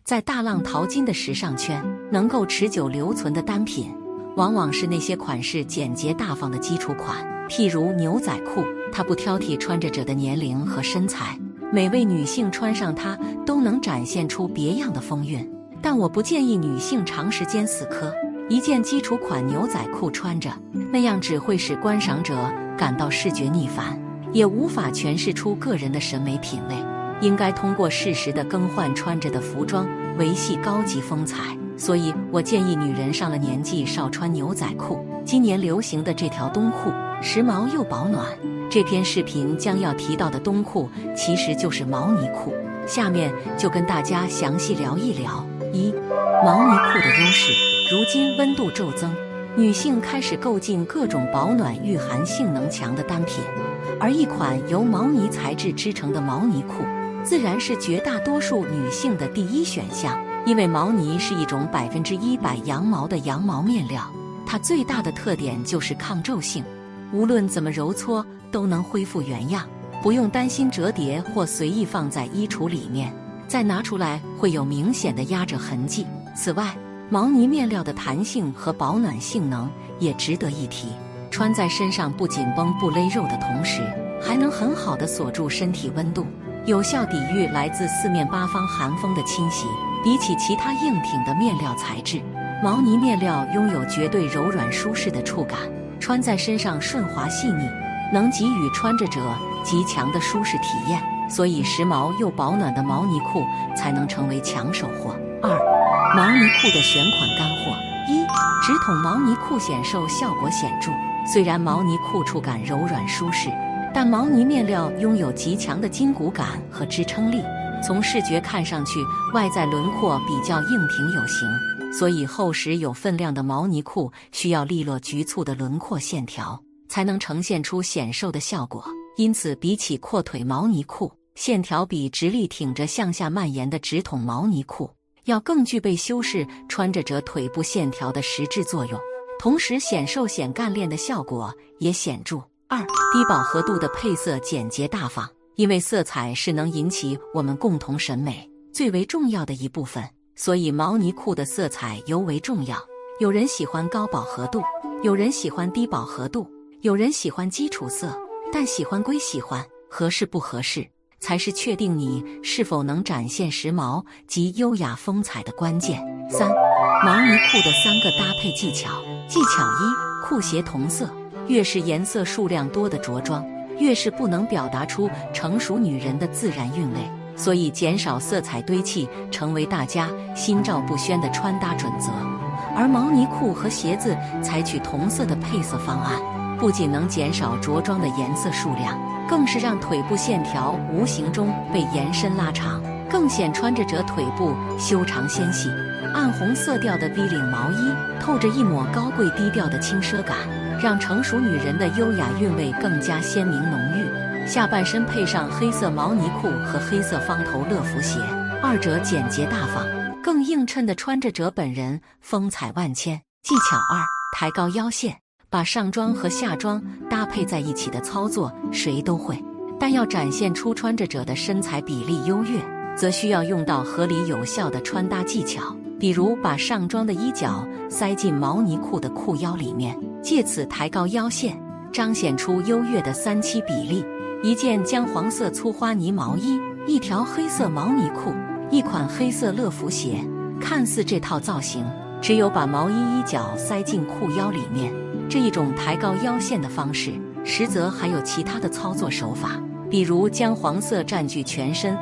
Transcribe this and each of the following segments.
在大浪淘金的时尚圈，能够持久留存的单品，往往是那些款式简洁大方的基础款。譬如牛仔裤，它不挑剔穿着者的年龄和身材，每位女性穿上它都能展现出别样的风韵。但我不建议女性长时间死磕一件基础款牛仔裤穿着，那样只会使观赏者感到视觉逆反，也无法诠释出个人的审美品味。应该通过适时的更换穿着的服装，维系高级风采。所以我建议女人上了年纪少穿牛仔裤。今年流行的这条冬裤，时髦又保暖。这篇视频将要提到的冬裤，其实就是毛呢裤。下面就跟大家详细聊一聊。一、毛呢裤的优势。如今温度骤增，女性开始购进各种保暖御寒性能强的单品，而一款由毛呢材质织成的毛呢裤，自然是绝大多数女性的第一选项。因为毛呢是一种100%羊毛的羊毛面料，它最大的特点就是抗皱性，无论怎么揉搓都能恢复原样，不用担心折叠或随意放在衣橱里面，再拿出来会有明显的压着痕迹。此外，毛呢面料的弹性和保暖性能也值得一提，穿在身上不紧绷不勒肉的同时，还能很好地锁住身体温度，有效抵御来自四面八方寒风的侵袭。比起其他硬挺的面料材质，毛呢面料拥有绝对柔软舒适的触感，穿在身上顺滑细腻，能给予穿着者极强的舒适体验。所以时髦又保暖的毛呢裤才能成为抢手货。二、毛呢裤的选款干货。一、直筒毛呢裤显瘦效果显著。虽然毛呢裤触感柔软舒适，但毛呢面料拥有极强的筋骨感和支撑力，从视觉看上去，外在轮廓比较硬挺有型，所以厚实有分量的毛呢裤需要利落局促的轮廓线条，才能呈现出显瘦的效果。因此，比起阔腿毛呢裤，线条比直立挺着向下蔓延的直筒毛呢裤要更具备修饰穿着者腿部线条的实质作用，同时显瘦显干练的效果也显著。二、低饱和度的配色简洁大方。因为色彩是能引起我们共同审美最为重要的一部分，所以毛呢裤的色彩尤为重要。有人喜欢高饱和度，有人喜欢低饱和度，有人喜欢基础色，但喜欢归喜欢，合适不合适才是确定你是否能展现时髦及优雅风采的关键。三、毛呢裤的3个搭配技巧。技巧一：裤鞋同色。越是颜色数量多的着装，越是不能表达出成熟女人的自然韵味，所以减少色彩堆砌成为大家心照不宣的穿搭准则。而毛呢裤和鞋子采取同色的配色方案，不仅能减少着装的颜色数量，更是让腿部线条无形中被延伸拉长，更显穿着者腿部修长纤细。暗红色调的 V 领毛衣透着一抹高贵低调的轻奢感，让成熟女人的优雅韵味更加鲜明浓郁。下半身配上黑色毛呢裤和黑色方头乐福鞋，二者简洁大方，更映衬的穿着者本人风采万千。技巧二：抬高腰线。把上装和下装搭配在一起的操作谁都会，但要展现出穿着者的身材比例优越，则需要用到合理有效的穿搭技巧。比如把上装的衣角塞进毛呢裤的裤腰里面，借此抬高腰线，彰显出优越的3/7比例。一件姜黄色粗花呢毛衣，一条黑色毛呢裤，一款黑色乐福鞋，看似这套造型只有把毛衣衣角塞进裤腰里面这一种抬高腰线的方式，实则还有其他的操作手法。比如姜黄色占据全身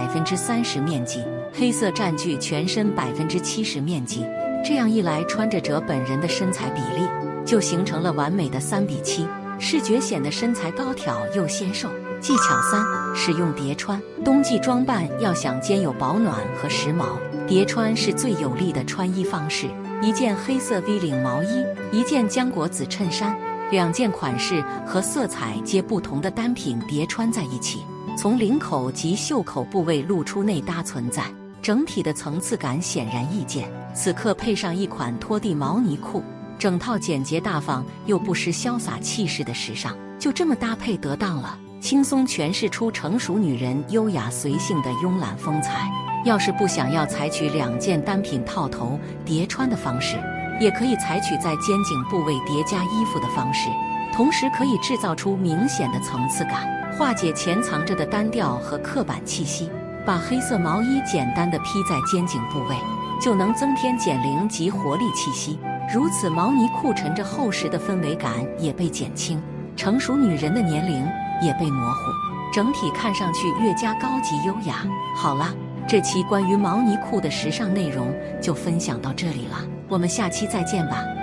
30%面积，黑色占据全身70%面积，这样一来，穿着者本人的身材比例就形成了完美的3:7，视觉显得身材高挑又纤瘦。技巧三：使用叠穿。冬季装扮要想兼有保暖和时髦，叠穿是最有力的穿衣方式。一件黑色 V 领毛衣，一件浆果紫衬衫，2件款式和色彩皆不同的单品叠穿在一起，从领口及袖口部位露出内搭存在，整体的层次感显然易见。此刻配上一款拖地毛呢裤，整套简洁大方又不失潇洒气势的时尚，就这么搭配得当了，轻松诠释出成熟女人优雅随性的慵懒风采。 要是不想要采取2件单品套头叠穿的方式，也可以采取在肩颈部位叠加衣服的方式，同时可以制造出明显的层次感，化解潜藏着的单调和刻板气息。把黑色毛衣简单的披在肩颈部位，就能增添减龄及活力气息。如此，毛呢裤沉着厚实的氛围感也被减轻，成熟女人的年龄也被模糊，整体看上去越加高级优雅。好了，这期关于毛呢裤的时尚内容就分享到这里了，我们下期再见吧。